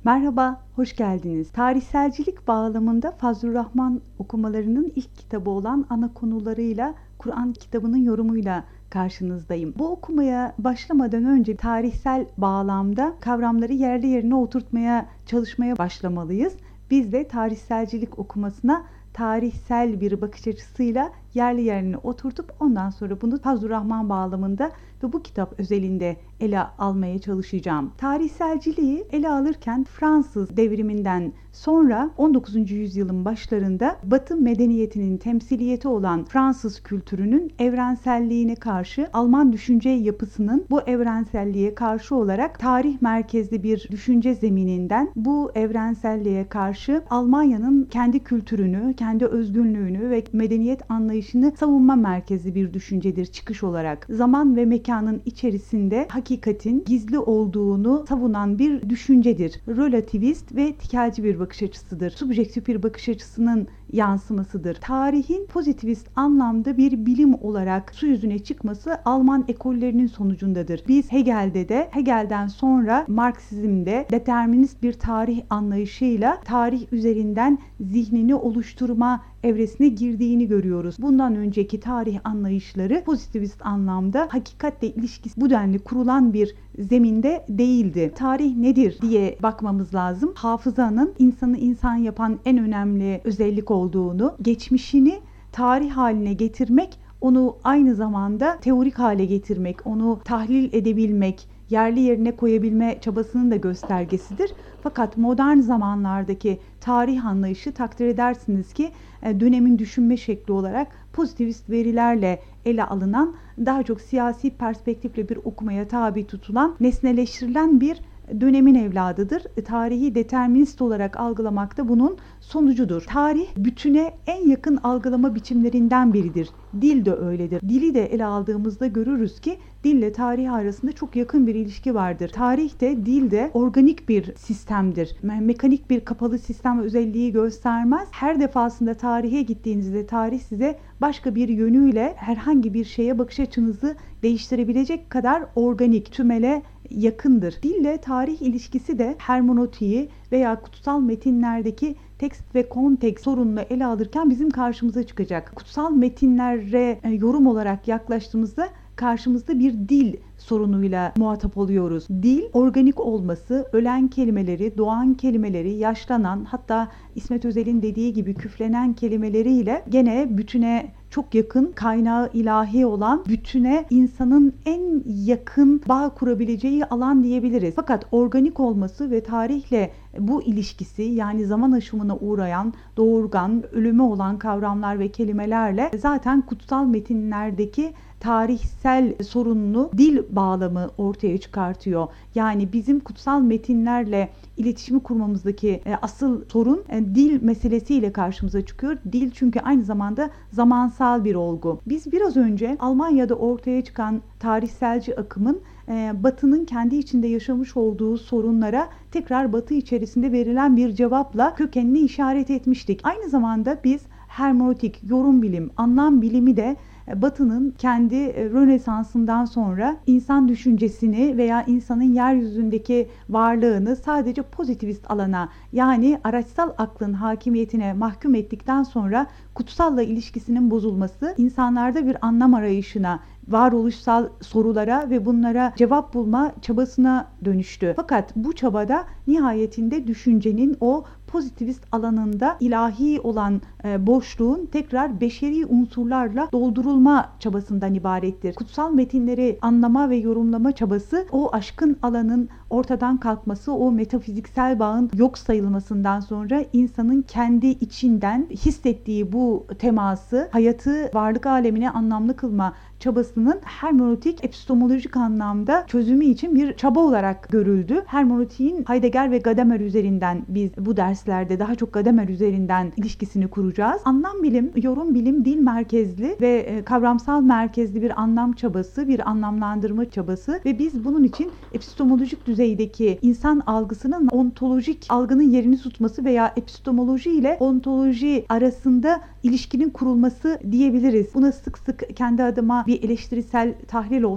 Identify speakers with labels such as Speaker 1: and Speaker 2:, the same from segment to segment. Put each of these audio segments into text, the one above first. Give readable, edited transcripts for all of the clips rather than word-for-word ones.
Speaker 1: Merhaba, hoş geldiniz. Tarihselcilik bağlamında Fazlurrahman okumalarının ilk kitabı olan ana konularıyla Kur'an kitabının yorumuyla karşınızdayım. Bu okumaya başlamadan önce tarihsel bağlamda kavramları yerli yerine oturtmaya çalışmaya başlamalıyız. Biz de tarihselcilik okumasına tarihsel bir bakış açısıyla yerli yerine oturtup ondan sonra bunu Fazlurrahman bağlamında ve bu kitap özelinde ele almaya çalışacağım. Tarihselciliği ele alırken Fransız devriminden sonra 19. yüzyılın başlarında Batı medeniyetinin temsiliyeti olan Fransız kültürünün evrenselliğine karşı Alman düşünce yapısının bu evrenselliğe karşı olarak tarih merkezli bir düşünce zemininden bu evrenselliğe karşı Almanya'nın kendi kültürünü, kendi özgünlüğünü ve medeniyet anlayışını savunma merkezli bir düşüncedir çıkış olarak. Zaman ve mekanın içerisinde hakikatin gizli olduğunu savunan bir düşüncedir. Relativist ve tikelci bir bakış açısıdır. Subjektif bir bakış açısının yansımasıdır. Tarihin pozitivist anlamda bir bilim olarak su yüzüne çıkması Alman ekollerinin sonucundadır. Biz Hegel'den sonra Marksizm'de determinist bir tarih anlayışıyla tarih üzerinden zihnini oluşturma evresine girdiğini görüyoruz. Bundan önceki tarih anlayışları pozitivist anlamda hakikatle ilişkisi bu denli kurulan bir zeminde değildi. Tarih nedir diye bakmamız lazım. Hafızanın insanı insan yapan en önemli özellik olduğunu, geçmişini tarih haline getirmek, onu aynı zamanda teorik hale getirmek, onu tahlil edebilmek, yerli yerine koyabilme çabasının da göstergesidir. Fakat modern zamanlardaki tarih anlayışı takdir edersiniz ki dönemin düşünme şekli olarak pozitivist verilerle ele alınan, daha çok siyasi perspektifle bir okumaya tabi tutulan, nesneleştirilen bir dönemin evladıdır. Tarihi determinist olarak algılamak da bunun sonucudur. Tarih bütüne en yakın algılama biçimlerinden biridir. Dil de öyledir. Dili de ele aldığımızda görürüz ki dille tarih arasında çok yakın bir ilişki vardır. Tarih de dil de organik bir sistemdir. Mekanik bir kapalı sistem özelliği göstermez. Her defasında tarihe gittiğinizde tarih size başka bir yönüyle herhangi bir şeye bakış açınızı değiştirebilecek kadar organik, tümele yakındır. Dille tarih ilişkisi de hermeneutiği veya kutsal metinlerdeki tekst ve kontekst sorununu ele alırken bizim karşımıza çıkacak. Kutsal metinlere yorum olarak yaklaştığımızda karşımızda bir dil sorunuyla muhatap oluyoruz. Dil, organik olması, ölen kelimeleri, doğan kelimeleri, yaşlanan, hatta İsmet Özel'in dediği gibi küflenen kelimeleriyle gene bütüne çok yakın, kaynağı ilahi olan, bütüne insanın en yakın bağ kurabileceği alan diyebiliriz. Fakat organik olması ve tarihle bu ilişkisi, yani zaman aşımına uğrayan, doğurgan, ölümü olan kavramlar ve kelimelerle zaten kutsal metinlerdeki tarihsel sorununu dil bağlamı ortaya çıkartıyor. Yani bizim kutsal metinlerle iletişimi kurmamızdaki asıl sorun dil meselesiyle karşımıza çıkıyor. Dil çünkü aynı zamanda zamansal bir olgu. Biz biraz önce Almanya'da ortaya çıkan tarihselci akımın Batı'nın kendi içinde yaşamış olduğu sorunlara tekrar Batı içerisinde verilen bir cevapla kökenini işaret etmiştik. Aynı zamanda biz hermeneutik, yorum bilim, anlam bilimi de Batı'nın kendi Rönesans'ından sonra insan düşüncesini veya insanın yeryüzündeki varlığını sadece pozitivist alana, yani araçsal aklın hakimiyetine mahkum ettikten sonra kutsalla ilişkisinin bozulması, insanlarda bir anlam arayışına, varoluşsal sorulara ve bunlara cevap bulma çabasına dönüştü. Fakat bu çabada nihayetinde düşüncenin o pozitivist alanında ilahi olan boşluğun tekrar beşeri unsurlarla doldurulma çabasından ibarettir. Kutsal metinleri anlama ve yorumlama çabası o aşkın alanın ortadan kalkması, o metafiziksel bağın yok sayılmasından sonra insanın kendi içinden hissettiği bu teması, hayatı varlık alemine anlamlı kılma çabasının hermeneutik, epistemolojik anlamda çözümü için bir çaba olarak görüldü. Hermeneutiğin Heidegger ve Gadamer üzerinden biz bu derslerde daha çok Gadamer üzerinden ilişkisini kuracağız. Anlam bilim, yorum bilim, dil merkezli ve kavramsal merkezli bir anlam çabası, bir anlamlandırma çabası ve biz bunun için epistemolojik düzeydeki insan algısının ontolojik algının yerini tutması veya epistemoloji ile ontoloji arasında ilişkinin kurulması diyebiliriz. Buna sık sık kendi adıma bir eleştirisel tahlil olsun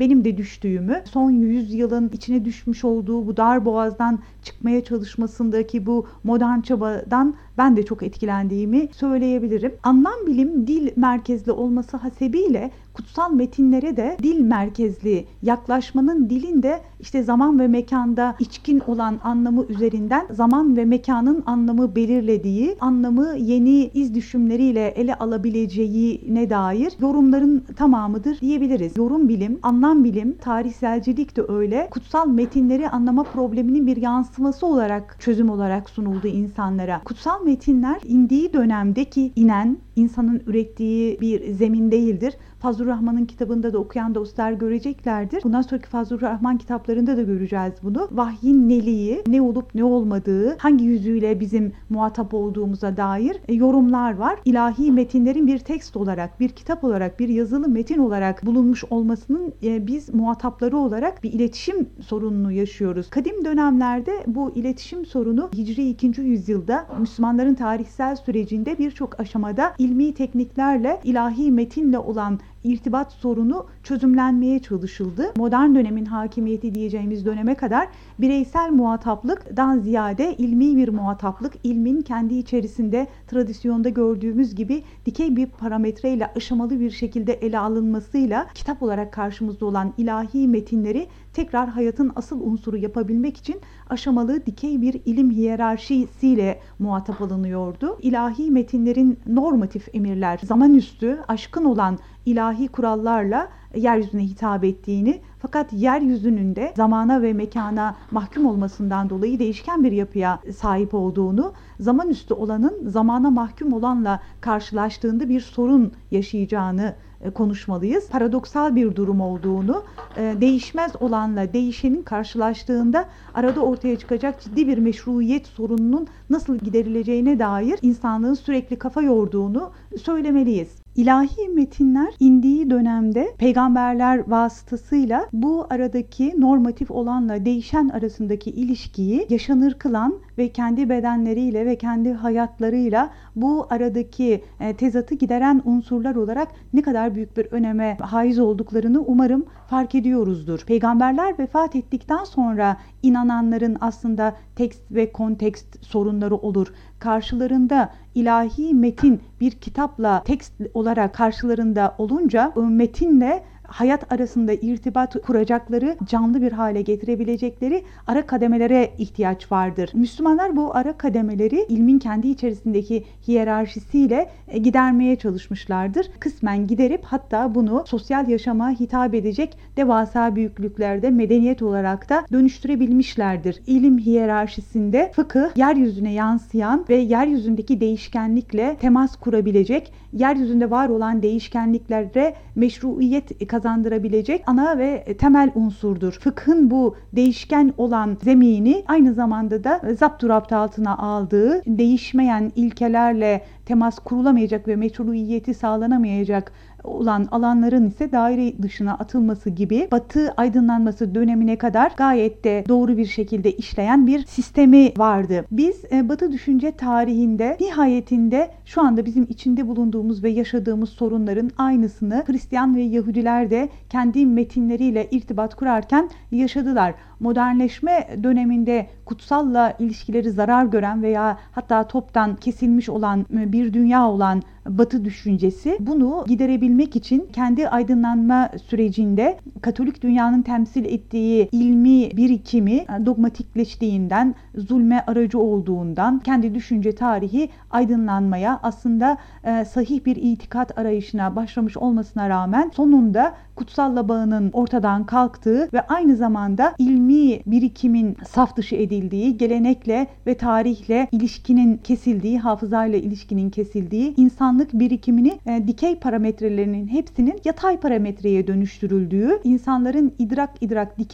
Speaker 1: benim de düştüğümü, son 100 yılın içine düşmüş olduğu bu dar boğazdan çıkmaya çalışmasındaki bu modern çabadan ben de çok etkilendiğimi söyleyebilirim. Anlam bilim dil merkezli olması hasebiyle kutsal metinlere de dil merkezli yaklaşmanın, dilin de işte zaman ve mekanda içkin olan anlamı üzerinden zaman ve mekanın anlamı belirlediği, anlamı yeni iz düşümleriyle ele alabileceğine dair yorumların tamamıdır diyebiliriz. Yorum bilim, anlam bilim, tarihselcilik de öyle. Kutsal metinleri anlama probleminin bir yansıması olarak, çözüm olarak sunuldu insanlara. Kutsal metinler indiği dönemdeki insanın ürettiği bir zemin değildir. Fazlur Rahman'ın kitabında da okuyan dostlar göreceklerdir. Bundan sonraki Fazlur Rahman kitaplarında da göreceğiz bunu. Vahyin neliği, ne olup ne olmadığı, hangi yüzüyle bizim muhatap olduğumuza dair yorumlar var. İlahi metinlerin bir tekst olarak, bir kitap olarak, bir yazılı metin olarak bulunmuş olmasının biz muhatapları olarak bir iletişim sorununu yaşıyoruz. Kadim dönemlerde bu iletişim sorunu Hicri 2. yüzyılda Müslümanların tarihsel sürecinde birçok aşamada ilmi tekniklerle ilahi metinle olan irtibat sorunu çözümlenmeye çalışıldı. Modern dönemin hakimiyeti diyeceğimiz döneme kadar bireysel muhataplıktan ziyade ilmi bir muhataplık, ilmin kendi içerisinde tradisyonda gördüğümüz gibi dikey bir parametreyle aşamalı bir şekilde ele alınmasıyla kitap olarak karşımızda olan ilahi metinleri tekrar hayatın asıl unsuru yapabilmek için aşamalı dikey bir ilim hiyerarşisiyle muhatap alınıyordu. İlahi metinlerin normatif emirler, zamanüstü, aşkın olan ilahi kurallarla yeryüzüne hitap ettiğini, fakat yeryüzünün de zamana ve mekana mahkum olmasından dolayı değişken bir yapıya sahip olduğunu, zamanüstü olanın zamana mahkum olanla karşılaştığında bir sorun yaşayacağını konuşmalıyız. Paradoksal bir durum olduğunu, değişmez olanla değişenin karşılaştığında arada ortaya çıkacak ciddi bir meşruiyet sorununun nasıl giderileceğine dair insanlığın sürekli kafa yorduğunu söylemeliyiz. İlahi metinler indiği dönemde peygamberler vasıtasıyla bu aradaki normatif olanla değişen arasındaki ilişkiyi yaşanır kılan ve kendi bedenleriyle ve kendi hayatlarıyla bu aradaki tezatı gideren unsurlar olarak ne kadar büyük bir öneme haiz olduklarını umarım fark ediyoruzdur. Peygamberler vefat ettikten sonra inananların aslında tekst ve kontekst sorunları olur. Karşılarında ilahi metin bir kitapla tekst olarak karşılarında olunca metinle hayat arasında irtibat kuracakları, canlı bir hale getirebilecekleri ara kademelere ihtiyaç vardır. Müslümanlar bu ara kademeleri ilmin kendi içerisindeki hiyerarşisiyle gidermeye çalışmışlardır. Kısmen giderip hatta bunu sosyal yaşama hitap edecek devasa büyüklüklerde medeniyet olarak da dönüştürebilmişlerdir. İlim hiyerarşisinde fıkıh yeryüzüne yansıyan ve yeryüzündeki değişkenlikle temas kurabilecek, yeryüzünde var olan değişkenliklere meşruiyet kazandırabilecek ana ve temel unsurdur. Fıkhın bu değişken olan zemini aynı zamanda da zapturapt altına aldığı, değişmeyen ilkelerle temas kurulamayacak ve meşruiyeti sağlanamayacak olan alanların ise daire dışına atılması gibi Batı aydınlanması dönemine kadar gayet de doğru bir şekilde işleyen bir sistemi vardı. Biz Batı düşünce tarihinde nihayetinde şu anda bizim içinde bulunduğumuz ve yaşadığımız sorunların aynısını Hristiyan ve Yahudiler de kendi metinleriyle irtibat kurarken yaşadılar. Modernleşme döneminde kutsalla ilişkileri zarar gören veya hatta toptan kesilmiş olan bir dünya olan Batı düşüncesi bunu giderebilmek için kendi aydınlanma sürecinde Katolik dünyanın temsil ettiği ilmi birikimi dogmatikleştiğinden, zulme aracı olduğundan kendi düşünce tarihi aydınlanmaya aslında sahih bir itikat arayışına başlamış olmasına rağmen sonunda kutsalla bağının ortadan kalktığı ve aynı zamanda ilmi birikimin saf dışı edildiği, gelenekle ve tarihle ilişkinin kesildiği, hafızayla ilişkinin kesildiği, insanlık birikimini dikey parametrelerinin hepsinin yatay parametreye dönüştürüldüğü, insanların idrak dikey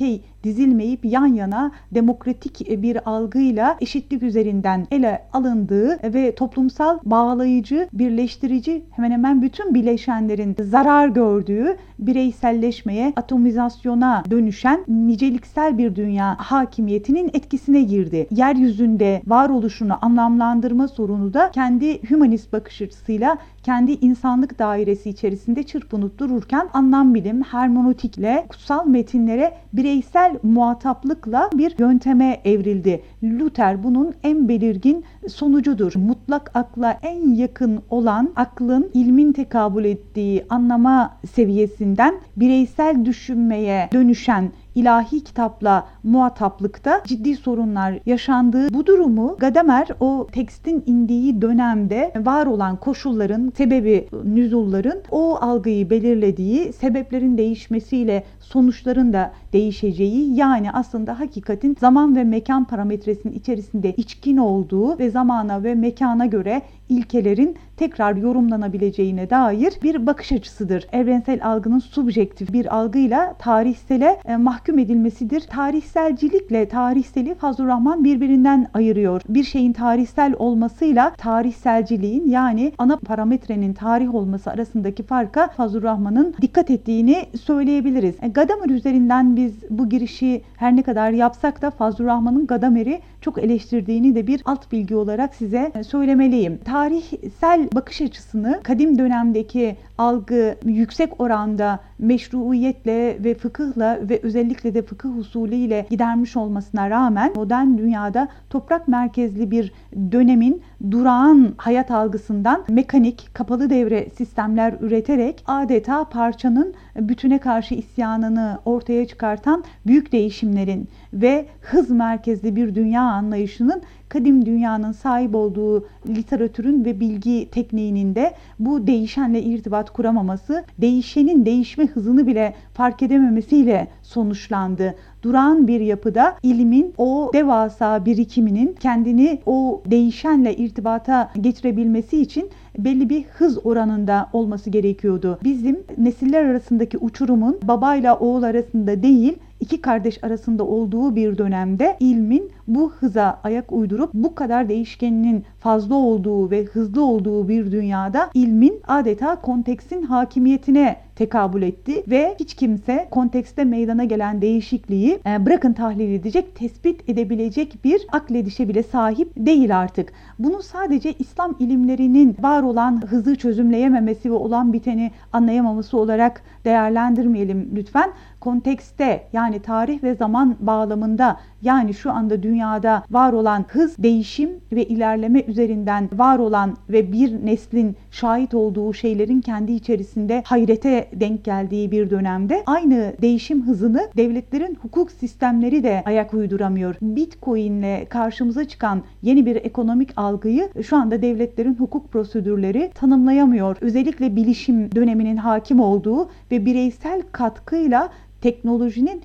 Speaker 1: dizilmeyip yan yana demokratik bir algıyla eşitlik üzerinden ele alındığı ve toplumsal bağlayıcı, birleştirici hemen hemen bütün bileşenlerin zarar gördüğü bireyselleşmeye, atomizasyona dönüşen niceliksel bir dünya hakimiyetinin etkisine girdi. Yeryüzünde varoluşunu anlamlandırma sorunu da kendi hümanist bakış açısıyla kendi insanlık dairesi içerisinde çırpınıp dururken anlam bilim, hermenötikle, kutsal metinlere bireysel muhataplıkla bir yönteme evrildi. Luther bunun en belirgin sonucudur. Mutlak akla en yakın olan aklın ilmin tekabül ettiği anlama seviyesinden bireysel düşünmeye dönüşen ilahi kitapla muhataplıkta ciddi sorunlar yaşandığı bu durumu Gadamer o tekstin indiği dönemde var olan koşulların, sebebi nüzulların o algıyı belirlediği, sebeplerin değişmesiyle sonuçların da değişeceği, yani aslında hakikatin zaman ve mekan parametresinin içerisinde içkin olduğu ve zamana ve mekana göre ilkelerin tekrar yorumlanabileceğine dair bir bakış açısıdır. Evrensel algının subjektif bir algıyla tarihsele mahkum edilmesidir. Tarihselcilikle tarihseli Fazlurrahman birbirinden ayırıyor. Bir şeyin tarihsel olmasıyla tarihselciliğin, yani ana parametrenin tarih olması arasındaki farka Fazlurrahman'ın dikkat ettiğini söyleyebiliriz. Gadamer üzerinden biz bu girişi her ne kadar yapsak da Fazlurrahman'ın Gadamer'i çok eleştirdiğini de bir alt bilgi olarak size söylemeliyim. Tarihsel bakış açısını kadim dönemdeki algı yüksek oranda meşruiyetle ve fıkıhla ve özellikle de fıkıh usulüyle gidermiş olmasına rağmen modern dünyada toprak merkezli bir dönemin durağan hayat algısından mekanik, kapalı devre sistemler üreterek adeta parçanın bütüne karşı isyanını ortaya çıkartan büyük değişimlerin ve hız merkezli bir dünya anlayışının kadim dünyanın sahip olduğu literatürün ve bilgi tekniğinin de bu değişenle irtibat kuramaması, değişenin değişme hızını bile fark edememesiyle sonuçlandı. Durağan bir yapıda ilmin o devasa birikiminin kendini o değişenle irtibata geçirebilmesi için belli bir hız oranında olması gerekiyordu. Bizim nesiller arasındaki uçurumun babayla oğul arasında değil, iki kardeş arasında olduğu bir dönemde ilmin bu hıza ayak uydurup bu kadar değişkeninin fazla olduğu ve hızlı olduğu bir dünyada ilmin adeta konteksin hakimiyetine tekabül etti ve hiç kimse kontekste meydana gelen değişikliği bırakın tahlil edecek, tespit edebilecek bir akledişe bile sahip değil artık. Bunu sadece İslam ilimlerinin var olan hızı çözümleyememesi ve olan biteni anlayamaması olarak değerlendirmeyelim lütfen. Kontekste, yani tarih ve zaman bağlamında, yani şu anda dünyada var olan hız, değişim ve ilerleme üzerinden var olan ve bir neslin şahit olduğu şeylerin kendi içerisinde hayrete denk geldiği bir dönemde aynı değişim hızını devletlerin hukuk sistemleri de ayak uyduramıyor. Bitcoin'le karşımıza çıkan yeni bir ekonomik algıyı şu anda devletlerin hukuk prosedürleri tanımlayamıyor. Özellikle bilişim döneminin hakim olduğu ve bireysel katkıyla teknolojinin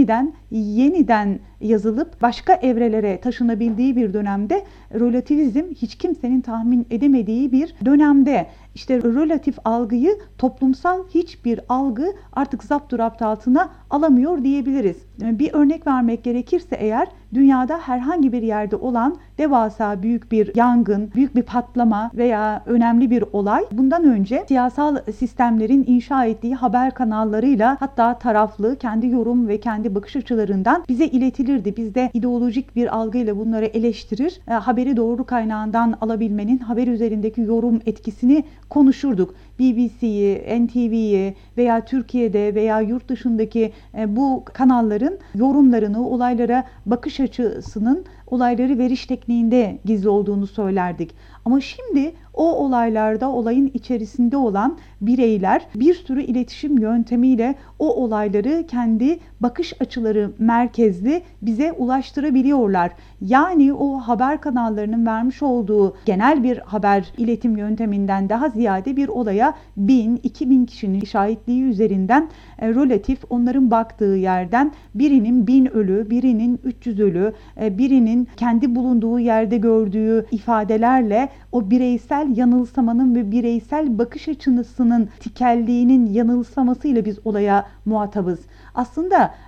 Speaker 1: yeniden yazılıp başka evrelere taşınabildiği bir dönemde, relativizm hiç kimsenin tahmin edemediği bir dönemde, işte relatif algıyı toplumsal hiçbir algı artık zapturapt altına alamıyor diyebiliriz. Bir örnek vermek gerekirse eğer, dünyada herhangi bir yerde olan devasa büyük bir yangın, büyük bir patlama veya önemli bir olay bundan önce siyasal sistemlerin inşa ettiği haber kanallarıyla, hatta taraflı kendi yorum ve kendi bakış açılarından bize iletilirdi. Biz de ideolojik bir algıyla bunları eleştirir, haberi doğru kaynağından alabilmenin haber üzerindeki yorum etkisini konuşurduk. BBC'yi, NTV'yi veya Türkiye'de veya yurt dışındaki bu kanalların yorumlarını, olaylara bakış açısının olayları veriş tekniğinde gizli olduğunu söylerdik. Ama şimdi o olaylarda, olayın içerisinde olan bireyler bir sürü iletişim yöntemiyle o olayları kendi bakış açıları merkezli bize ulaştırabiliyorlar. Yani o haber kanallarının vermiş olduğu genel bir haber iletim yönteminden daha ziyade bir olaya 1000-2000 kişinin şahitliği üzerinden relatif, onların baktığı yerden birinin 1000 ölü, birinin 300 ölü, birinin kendi bulunduğu yerde gördüğü ifadelerle o bireysel yanılsamanın ve bireysel bakış açısının tikelliğinin yanılsamasıyla biz olaya muhatabız. Aslında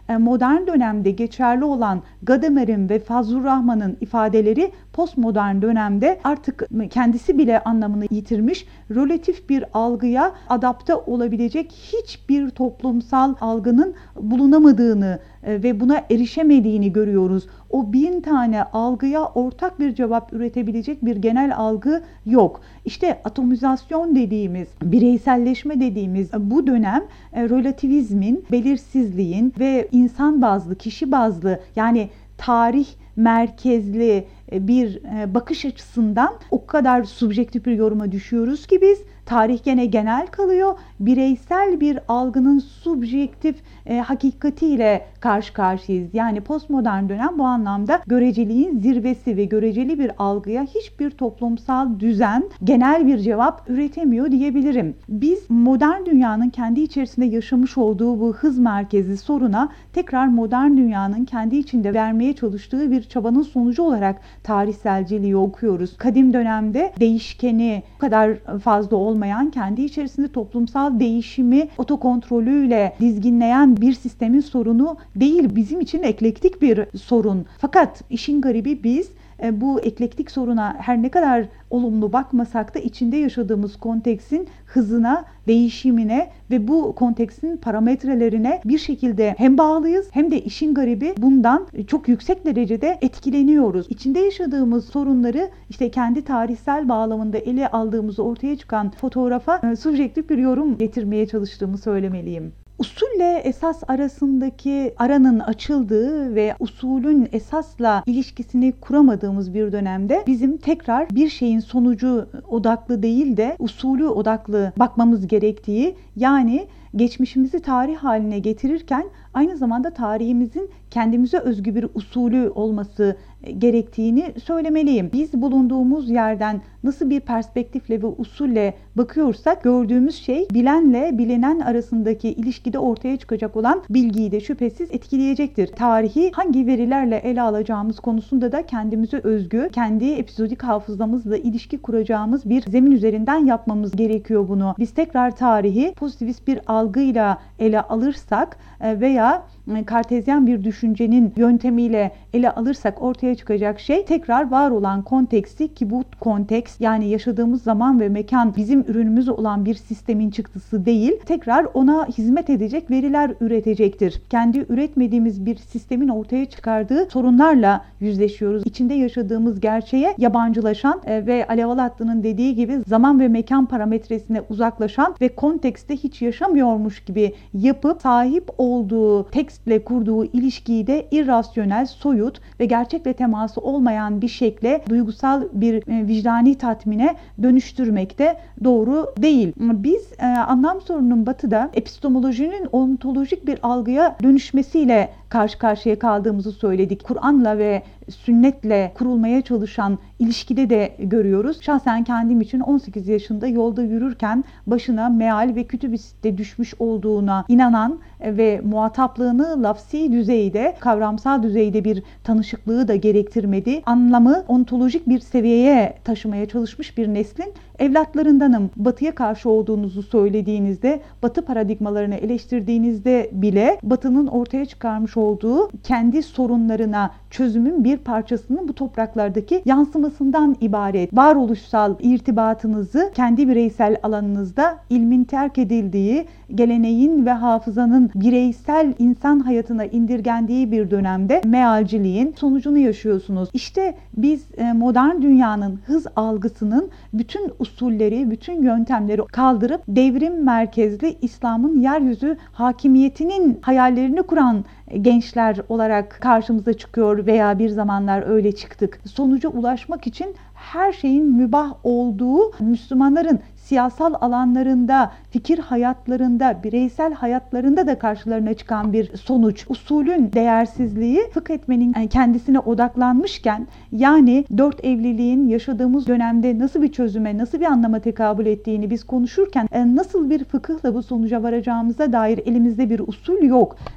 Speaker 1: modern dönemde geçerli olan Gadamer'in ve Fazlur Rahman'ın ifadeleri postmodern dönemde artık kendisi bile anlamını yitirmiş, relatif bir algıya adapte olabilecek hiçbir toplumsal algının bulunamadığını ve buna erişemediğini görüyoruz. O 1000 tane algıya ortak bir cevap üretebilecek bir genel algı yok. İşte atomizasyon dediğimiz, bireyselleşme dediğimiz bu dönem relativizmin, belirsizliğin ve insan bazlı, kişi bazlı, yani tarih merkezli bir bakış açısından o kadar subjektif bir yoruma düşüyoruz ki biz, tarih gene genel kalıyor. Bireysel bir algının subjektif hakikatiyle karşı karşıyayız. Yani postmodern dönem bu anlamda göreceliğin zirvesi ve göreceli bir algıya hiçbir toplumsal düzen, genel bir cevap üretemiyor diyebilirim. Biz modern dünyanın kendi içerisinde yaşamış olduğu bu hız merkezli soruna tekrar modern dünyanın kendi içinde vermeye çalıştığı bir çabanın sonucu olarak tarihselciliği okuyoruz. Kadim dönemde değişkeni bu kadar fazla olmayan, kendi içerisinde toplumsal değişimi otokontrolüyle dizginleyen bir sistemin sorunu değil, bizim için eklektik bir sorun. Fakat işin garibi biz bu eklektik soruna her ne kadar olumlu bakmasak da içinde yaşadığımız konteksin hızına, değişimine ve bu konteksin parametrelerine bir şekilde hem bağlıyız hem de işin garibi bundan çok yüksek derecede etkileniyoruz. İçinde yaşadığımız sorunları işte kendi tarihsel bağlamında ele aldığımızı ortaya çıkan fotoğrafa subjektif bir yorum getirmeye çalıştığımı söylemeliyim. Usulle esas arasındaki aranın açıldığı ve usulün esasla ilişkisini kuramadığımız bir dönemde bizim tekrar bir şeyin sonucu odaklı değil de usulü odaklı bakmamız gerektiği, yani geçmişimizi tarih haline getirirken aynı zamanda tarihimizin kendimize özgü bir usulü olması gerektiğini söylemeliyim. Biz bulunduğumuz yerden nasıl bir perspektifle ve usulle bakıyorsak gördüğümüz şey bilenle bilinen arasındaki ilişkide ortaya çıkacak olan bilgiyi de şüphesiz etkileyecektir. Tarihi hangi verilerle ele alacağımız konusunda da kendimize özgü, kendi epizodik hafızamızla ilişki kuracağımız bir zemin üzerinden yapmamız gerekiyor bunu. Biz tekrar tarihi pozitivist bir algıyla ele alırsak veya kartezyen bir düşüncenin yöntemiyle ele alırsak ortaya çıkacak şey tekrar var olan konteksti, ki bu konteks yani yaşadığımız zaman ve mekan bizim ürünümüz olan bir sistemin çıktısı değil, tekrar ona hizmet edecek veriler üretecektir. Kendi üretmediğimiz bir sistemin ortaya çıkardığı sorunlarla yüzleşiyoruz. İçinde yaşadığımız gerçeğe yabancılaşan ve Alev Alatlı'nın dediği gibi zaman ve mekan parametresine uzaklaşan ve kontekste hiç yaşamıyormuş gibi yapıp sahip olduğu tekstle kurduğu ilişkiyi de irrasyonel, soyut ve gerçekle teması olmayan bir şekle duygusal bir vicdani tatmine dönüştürmekte doğru değil. Biz anlam sorununun batıda epistemolojinin ontolojik bir algıya dönüşmesiyle karşı karşıya kaldığımızı söyledik. Kur'an'la ve sünnetle kurulmaya çalışan ilişkide de görüyoruz. Şahsen kendim için 18 yaşında yolda yürürken başına meal ve kütüb-i düşmüş olduğuna inanan ve muhataplığını lafsi düzeyde, kavramsal düzeyde bir tanışıklığı da gerektirmedi. Anlamı ontolojik bir seviyeye taşımaya çalışmış bir neslin evlatlarındanım. Batı'ya karşı olduğunuzu söylediğinizde, Batı paradigmalarını eleştirdiğinizde bile Batı'nın ortaya çıkarmış olduğu kendi sorunlarına çözümün bir parçasının bu topraklardaki yansımasından ibaret. Varoluşsal irtibatınızı kendi bireysel alanınızda ilmin terk edildiği, geleneğin ve hafızanın bireysel insan hayatına indirgendiği bir dönemde mealciliğin sonucunu yaşıyorsunuz. İşte biz modern dünyanın hız algısının bütün usulleri, bütün yöntemleri kaldırıp devrim merkezli İslam'ın yeryüzü hakimiyetinin hayallerini kuran gençler olarak karşımıza çıkıyor veya bir zamanlar öyle çıktık. Sonuca ulaşmak için her şeyin mübah olduğu, Müslümanların siyasal alanlarında, fikir hayatlarında, bireysel hayatlarında da karşılarına çıkan bir sonuç. Usulün değersizliği fıkh etmenin kendisine odaklanmışken, yani 4 evliliğin yaşadığımız dönemde nasıl bir çözüme, nasıl bir anlama tekabül ettiğini biz konuşurken nasıl bir fıkıhla bu sonuca varacağımıza dair elimizde bir usul yok.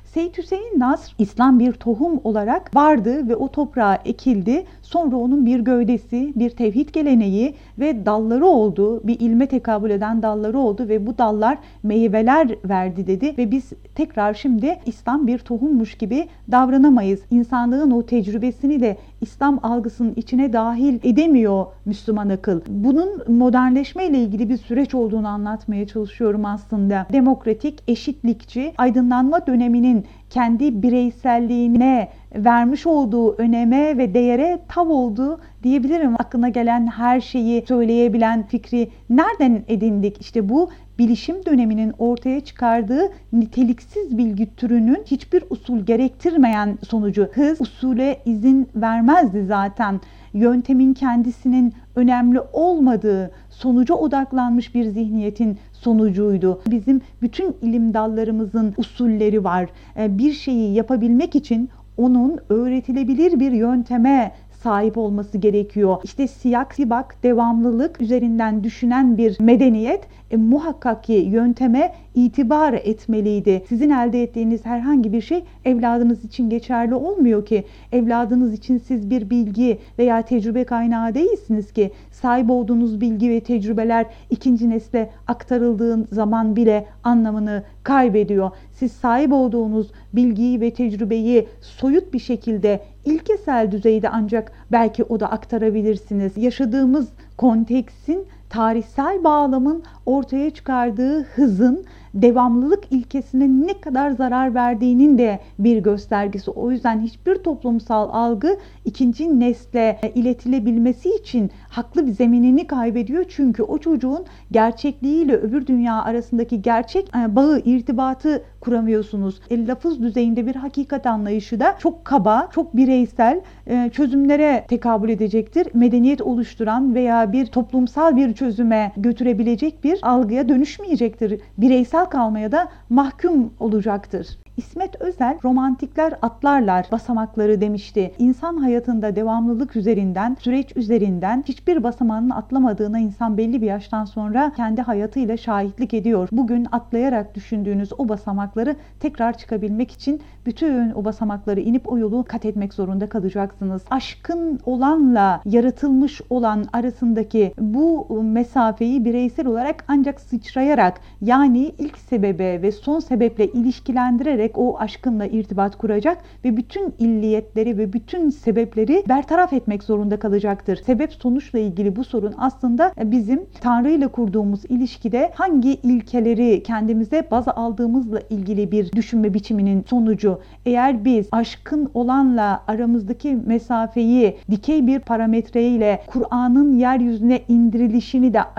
Speaker 1: Seyyid Hüseyin Nasr, İslam bir tohum olarak vardı ve o toprağa ekildi. Sonra onun bir gövdesi, bir tevhid geleneği ve dalları oldu. Bir ilme tekabül eden dalları oldu ve bu dallar meyveler verdi dedi. Ve biz tekrar şimdi İslam bir tohummuş gibi davranamayız. İnsanlığın o tecrübesini de İslam algısının içine dahil edemiyor Müslüman akıl. Bunun modernleşme ile ilgili bir süreç olduğunu anlatmaya çalışıyorum aslında. Demokratik, eşitlikçi, aydınlanma döneminin kendi bireyselliğine vermiş olduğu öneme ve değere tav oldu diyebilirim. Aklına gelen her şeyi söyleyebilen fikri nereden edindik? İşte bu bilişim döneminin ortaya çıkardığı niteliksiz bilgi türünün hiçbir usul gerektirmeyen sonucu. Hız usule izin vermezdi zaten. Yöntemin kendisinin önemli olmadığı, sonuca odaklanmış bir zihniyetin sonucuydu. Bizim bütün ilim dallarımızın usulleri var. Bir şeyi yapabilmek için onun öğretilebilir bir yönteme sahip olması gerekiyor. İşte siyak, sibak, devamlılık üzerinden düşünen bir medeniyet muhakkak ki yönteme itibar etmeliydi. Sizin elde ettiğiniz herhangi bir şey evladınız için geçerli olmuyor ki. Evladınız için siz bir bilgi veya tecrübe kaynağı değilsiniz ki. Sahip olduğunuz bilgi ve tecrübeler ikinci nesle aktarıldığı zaman bile anlamını kaybediyor. Siz sahip olduğunuz bilgiyi ve tecrübeyi soyut bir şekilde ilkesel düzeyde ancak belki o da aktarabilirsiniz. Yaşadığımız konteksin, tarihsel bağlamın ortaya çıkardığı hızın devamlılık ilkesine ne kadar zarar verdiğinin de bir göstergesi. O yüzden hiçbir toplumsal algı ikinci nesle iletilebilmesi için haklı bir zeminini kaybediyor. Çünkü o çocuğun gerçekliğiyle öbür dünya arasındaki gerçek bağı, irtibatı kuramıyorsunuz. Lafız düzeyinde bir hakikat anlayışı da çok kaba, çok bireysel çözümlere tekabül edecektir. Medeniyet oluşturan veya bir toplumsal bir çözüme götürebilecek bir algıya dönüşmeyecektir. Bireysel kalmaya da mahkum olacaktır. İsmet Özel romantikler atlarlar basamakları demişti. İnsan hayatında devamlılık üzerinden, süreç üzerinden hiçbir basamağının atlamadığına insan belli bir yaştan sonra kendi hayatıyla şahitlik ediyor. Bugün atlayarak düşündüğünüz o basamakları tekrar çıkabilmek için bütün o basamakları inip o yolu kat etmek zorunda kalacaksınız. Aşkın olanla yaratılmış olan arasındaki bu mesafeyi bireysel olarak ancak sıçrayarak, yani ilk sebebe ve son sebeple ilişkilendirerek o aşkınla irtibat kuracak ve bütün illiyetleri ve bütün sebepleri bertaraf etmek zorunda kalacaktır. Sebep sonuçla ilgili bu sorun aslında bizim Tanrı ile kurduğumuz ilişkide hangi ilkeleri kendimize baz aldığımızla ilgili bir düşünme biçiminin sonucu. Eğer biz aşkın olanla aramızdaki mesafeyi dikey bir parametreyle Kur'an'ın yeryüzüne indirilişini de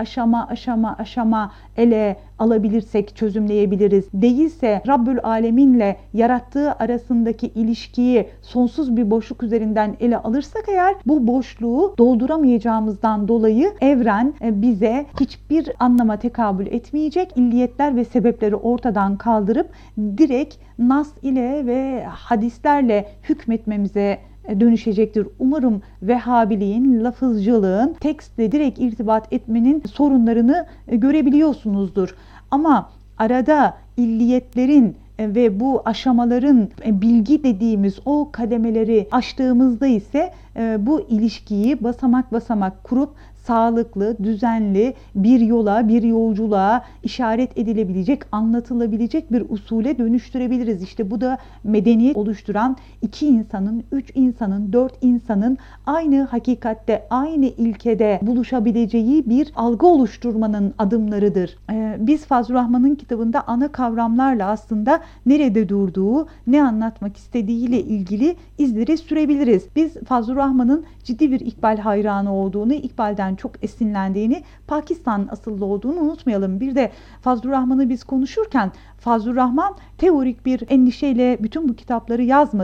Speaker 1: aşama ele alabilirsek çözümleyebiliriz. Değilse Rabbül Alemin'le yarattığı arasındaki ilişkiyi sonsuz bir boşluk üzerinden ele alırsak eğer, bu boşluğu dolduramayacağımızdan dolayı evren bize hiçbir anlama tekabül etmeyecek. İlliyetler ve sebepleri ortadan kaldırıp direkt nas ile ve hadislerle hükmetmemize dönüşecektir. Umarım Vehhabiliğin, lafızcılığın, tekstle direkt irtibat etmenin sorunlarını görebiliyorsunuzdur. Ama arada illiyetlerin ve bu aşamaların bilgi dediğimiz o kademeleri aştığımızda ise bu ilişkiyi basamak basamak kurup sağlıklı, düzenli bir yola, bir yolculuğa işaret edilebilecek, anlatılabilecek bir usule dönüştürebiliriz. İşte bu da medeniyet oluşturan 2 insanın, 3 insanın, 4 insanın aynı hakikatte, aynı ilkede buluşabileceği bir algı oluşturmanın adımlarıdır. Biz Fazlur Rahman'ın kitabında ana kavramlarla aslında nerede durduğu, ne anlatmak istediğiyle ilgili izleri sürebiliriz. Biz Fazlur Rahman'ın ciddi bir İkbal hayranı olduğunu, İkbal'den çok esinlendiğini, Pakistan asıllı olduğunu unutmayalım. Bir de Fazlur Rahman'ı biz konuşurken Fazlur Rahman teorik bir endişeyle bütün bu kitapları yazmadı.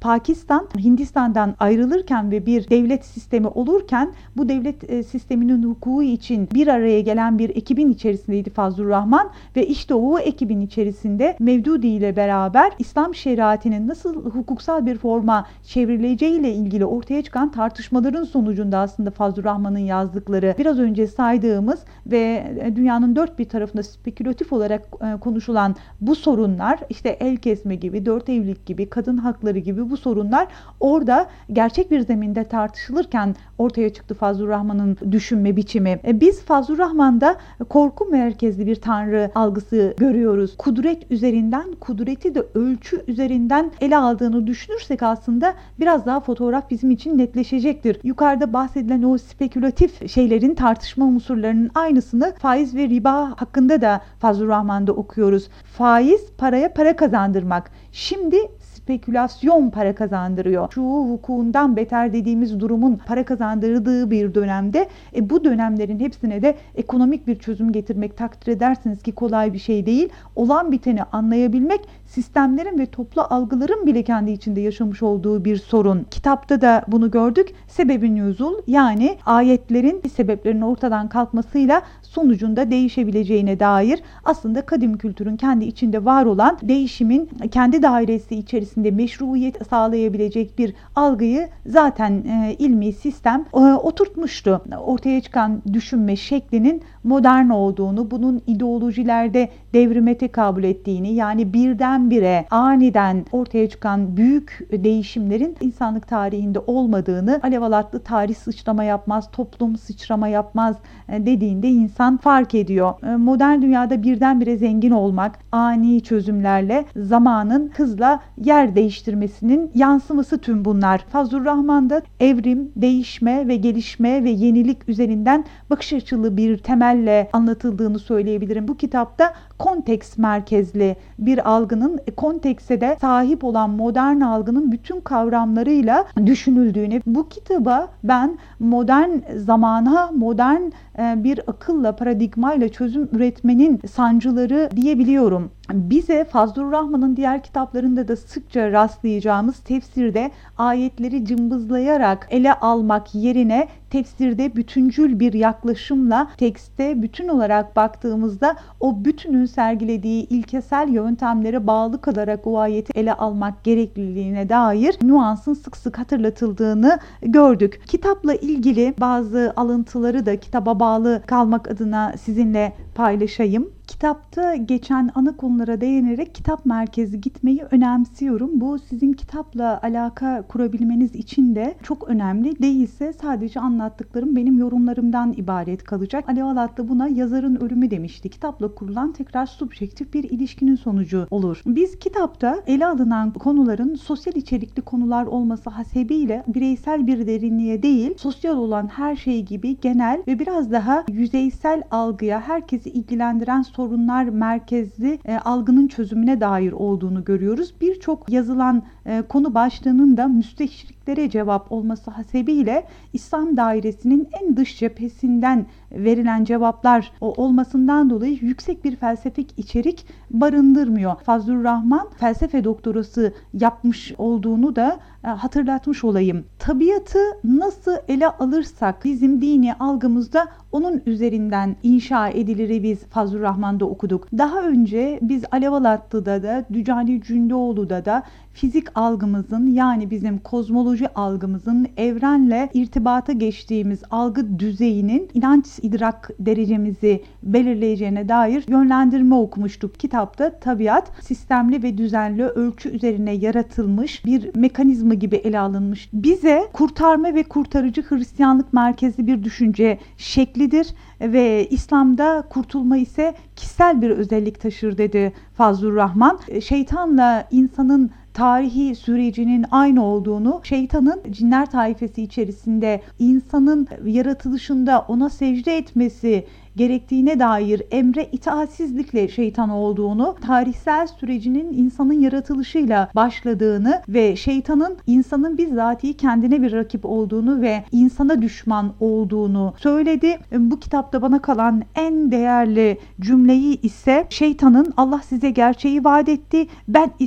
Speaker 1: Pakistan Hindistan'dan ayrılırken ve bir devlet sistemi olurken bu devlet sisteminin hukuku için bir araya gelen bir ekibin içerisindeydi Fazlur Rahman ve işte o ekibin içerisinde Mevdudi ile beraber İslam şeriatının nasıl hukuksal bir forma çevrileceği ile ilgili ortaya çıkan tartışmaların sonucunda aslında Fazlur Rahman'ın yazdıkları, biraz önce saydığımız ve dünyanın dört bir tarafında spekülatif olarak konuşulan bu sorunlar, işte el kesme gibi, dört evlilik gibi, kadın hakları gibi bu sorunlar orada gerçek bir zeminde tartışılırken ortaya çıktı Fazlur Rahman'ın düşünme biçimi. Biz Fazlur Rahman'da korku merkezli bir tanrı algısı görüyoruz. Kudret üzerinden, kudreti de ölçü üzerinden ele aldığını düşünürsek aslında biraz daha fotoğraf bizim için netleşecektir. Yukarıda bahsedilen o spekülatif şeylerin, tartışma unsurlarının aynısını faiz ve riba hakkında da Fazlur Rahman'da okuyoruz. Faiz paraya para kazandırmak. Şimdi spekülasyon para kazandırıyor. Şu vukuundan beter dediğimiz durumun para kazandırdığı bir dönemde bu dönemlerin hepsine de ekonomik bir çözüm getirmek, takdir edersiniz ki kolay bir şey değil. Olan biteni anlayabilmek sistemlerin ve toplu algıların bile kendi içinde yaşamış olduğu bir sorun. Kitapta da bunu gördük. Sebebin nüzul, yani ayetlerin sebeplerinin ortadan kalkmasıyla sonucunda değişebileceğine dair aslında kadim kültürün kendi içinde var olan değişimin kendi dairesi içerisinde meşruiyet sağlayabilecek bir algıyı zaten ilmi sistem oturtmuştu. Ortaya çıkan düşünme şeklinin modern olduğunu, bunun ideolojilerde devrime tekabül ettiğini, yani birdenbire aniden ortaya çıkan büyük değişimlerin insanlık tarihinde olmadığını, alev alatlı tarih sıçrama yapmaz, toplum sıçrama yapmaz dediğinde insan fark ediyor. Modern dünyada birdenbire zengin olmak, ani çözümlerle zamanın hızla yer değiştirmesinin yansıması tüm bunlar. Fazlur Rahman'da evrim, değişme ve gelişme ve yenilik üzerinden bakış açılı bir temelle anlatıldığını söyleyebilirim. Bu kitapta konteks merkezli bir algının kontekse de sahip olan modern algının bütün kavramlarıyla düşünüldüğünü, bu kitaba ben modern zamana, modern bir akılla, paradigmayla çözüm üretmenin sancıları diyebiliyorum. Bize Fazlur Rahman'ın diğer kitaplarında da sıkça rastlayacağımız tefsirde ayetleri cımbızlayarak ele almak yerine tefsirde bütüncül bir yaklaşımla tekste bütün olarak baktığımızda o bütünün sergilediği ilkesel yöntemlere bağlı kalarak o ayeti ele almak gerekliliğine dair nüansın sık sık hatırlatıldığını gördük. Kitapla ilgili bazı alıntıları da kitaba bağlı kalmak adına sizinle paylaşayım. Kitapta geçen ana konulara değinerek kitap merkezi gitmeyi önemsiyorum. Bu sizin kitapla alaka kurabilmeniz için de çok önemli. Değilse sadece anlattıklarım benim yorumlarımdan ibaret kalacak. Alev Alat da buna yazarın ölümü demişti. Kitapla kurulan tekrar subjektif bir ilişkinin sonucu olur. Biz kitapta ele alınan konuların sosyal içerikli konular olması hasebiyle bireysel bir derinliğe değil, sosyal olan her şey gibi genel ve biraz daha yüzeysel algıya, herkesi ilgilendiren sorunlar merkezli algının çözümüne dair olduğunu görüyoruz. Birçok yazılan konu başlığının da müsteşriklere cevap olması hasebiyle İslam dairesinin en dış cephesinden verilen cevaplar olmasından dolayı yüksek bir felsefik içerik barındırmıyor. Fazlur Rahman felsefe doktorası yapmış olduğunu da hatırlatmış olayım. Tabiatı nasıl ele alırsak bizim dini algımızda onun üzerinden inşa ediliri biz Fazlur Rahman'da okuduk. Daha önce biz Alev Alatlı'da da Dücani Cündoğlu'da da fizik algımızın, yani bizim kozmoloji algımızın evrenle irtibata geçtiğimiz algı düzeyinin inanç idrak derecemizi belirleyeceğine dair yönlendirme okumuştuk. Kitapta tabiat sistemli ve düzenli ölçü üzerine yaratılmış bir mekanizma gibi ele alınmış. Bize kurtarma ve kurtarıcı Hristiyanlık merkezli bir düşünce şeklidir ve İslam'da kurtulma ise kişisel bir özellik taşır dedi Fazlur Rahman. Şeytanla insanın tarihi sürecinin aynı olduğunu, şeytanın cinler taifesi içerisinde insanın yaratılışında ona secde etmesi gerektiğine dair emre itaatsizlikle şeytan olduğunu, tarihsel sürecinin insanın yaratılışıyla başladığını ve şeytanın insanın bizzatihi kendine bir rakip olduğunu ve insana düşman olduğunu söyledi. Bu kitapta bana kalan en değerli cümleyi ise şeytanın Allah size gerçeği vaat etti, ben ise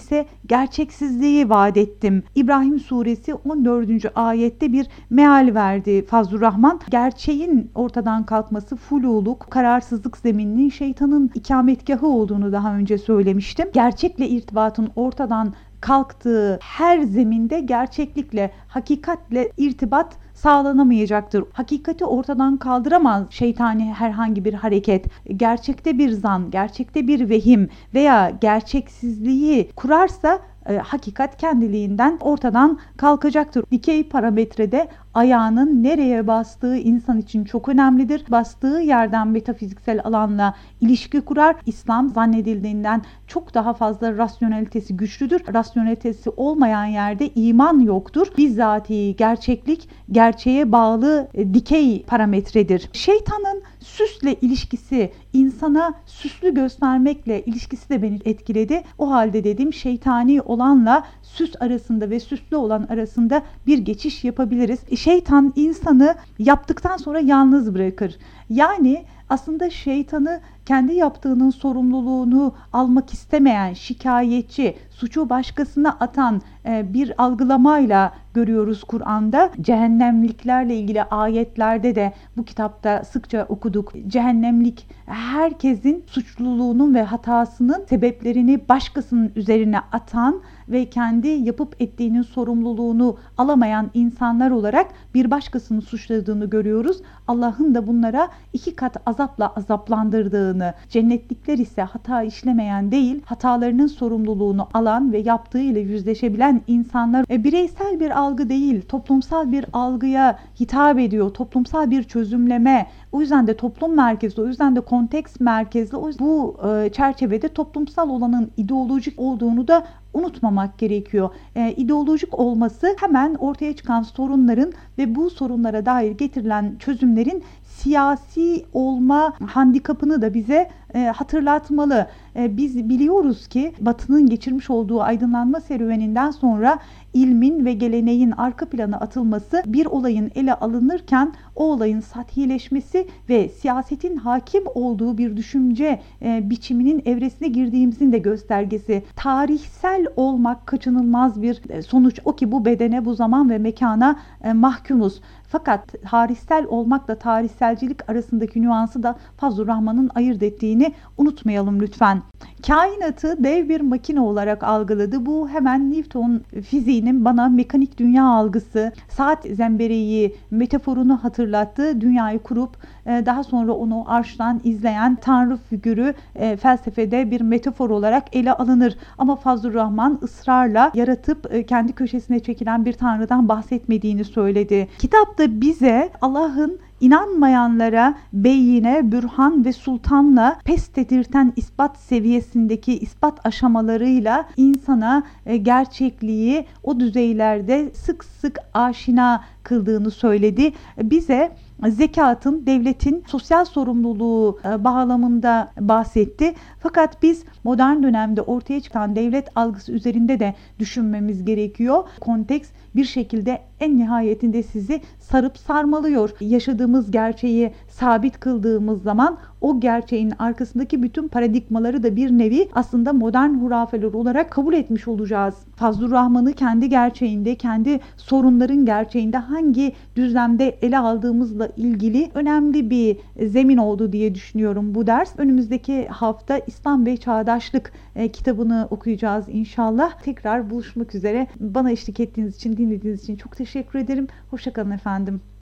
Speaker 1: gerçeksizliği vaat ettim. İbrahim suresi 14. ayette bir meal verdi Fazlurrahman. Gerçeğin ortadan kalkması, fululuk, kararsızlık zemininin şeytanın ikametgahı olduğunu daha önce söylemiştim. Gerçekle irtibatın ortadan kalktığı her zeminde gerçeklikle, hakikatle irtibat sağlanamayacaktır. Hakikati ortadan kaldıramaz şeytani herhangi bir hareket. Gerçekte bir zan, gerçekte bir vehim veya gerçeksizliği kurarsa hakikat kendiliğinden ortadan kalkacaktır. Dikey parametrede ayağının nereye bastığı insan için çok önemlidir. Bastığı yerden metafiziksel alanla ilişki kurar. İslam zannedildiğinden çok daha fazla rasyonelitesi güçlüdür. Rasyonelitesi olmayan yerde iman yoktur. Bizzati gerçeklik gerçeğe bağlı dikey parametredir. Şeytanın süsle ilişkisi, insana süslü göstermekle ilişkisi de beni etkiledi. O halde dedim şeytani olanla süs arasında ve süslü olan arasında bir geçiş yapabiliriz. Şeytan insanı yaptıktan sonra yalnız bırakır. Yani aslında şeytanı kendi yaptığının sorumluluğunu almak istemeyen, şikayetçi, suçu başkasına atan bir algılamayla görüyoruz Kur'an'da. Cehennemliklerle ilgili ayetlerde de bu kitapta sıkça okuduk. Cehennemlik herkesin suçluluğunun ve hatasının sebeplerini başkasının üzerine atan ve kendi yapıp ettiğinin sorumluluğunu alamayan insanlar olarak bir başkasını suçladığını görüyoruz. Allah'ın da bunlara 2 kat azapla azaplandırdığını, cennetlikler ise hata işlemeyen değil, hatalarının sorumluluğunu alan ve yaptığıyla yüzleşebilen insanlar. Bireysel bir algı değil, toplumsal bir algıya hitap ediyor, toplumsal bir çözümleme. O yüzden de toplum merkezli, o yüzden de konteks merkezli. Bu çerçevede toplumsal olanın ideolojik olduğunu da unutmamak gerekiyor. İdeolojik olması hemen ortaya çıkan sorunların ve bu sorunlara dair getirilen çözümlerin siyasi olma handikapını da bize hatırlatmalı. Biz biliyoruz ki Batı'nın geçirmiş olduğu aydınlanma serüveninden sonra ilmin ve geleneğin arka plana atılması, bir olayın ele alınırken o olayın sathileşmesi ve siyasetin hakim olduğu bir düşünce biçiminin evresine girdiğimizin de göstergesi. Tarihsel olmak kaçınılmaz bir sonuç. O ki bu bedene, bu zaman ve mekana mahkumuz. Fakat tarihsel olmakla tarihselcilik arasındaki nüansı da Fazlurrahman'ın ayırt ettiğini unutmayalım lütfen. Kainatı dev bir makine olarak algıladı. Bu hemen Newton fiziğinin bana mekanik dünya algısı, saat zembereği metaforunu hatırlattı. Dünyayı kurup daha sonra onu arştan izleyen Tanrı figürü felsefede bir metafor olarak ele alınır. Ama Fazlurrahman ısrarla yaratıp kendi köşesine çekilen bir Tanrı'dan bahsetmediğini söyledi. Kitapta bize Allah'ın İnanmayanlara beyine, bürhan ve sultanla pes dedirten ispat seviyesindeki ispat aşamalarıyla insana gerçekliği o düzeylerde sık sık aşina kıldığını söyledi. Bize zekatın, devletin sosyal sorumluluğu bağlamında bahsetti. Fakat biz modern dönemde ortaya çıkan devlet algısı üzerinde de düşünmemiz gerekiyor. Konteks bir şekilde en nihayetinde sizi sarıp sarmalıyor. Yaşadığımız gerçeği sabit kıldığımız zaman o gerçeğin arkasındaki bütün paradigmaları da bir nevi aslında modern hurafeler olarak kabul etmiş olacağız. Fazlurrahman'ı kendi gerçeğinde, kendi sorunların gerçeğinde hangi düzlemde ele aldığımızla ilgili önemli bir zemin oldu diye düşünüyorum bu ders. Önümüzdeki hafta İslam ve Çağdaşlık kitabını okuyacağız inşallah. Tekrar buluşmak üzere. Bana eşlik ettiğiniz için, dinlediğiniz için çok teşekkür ederim. Hoşça kalın efendim.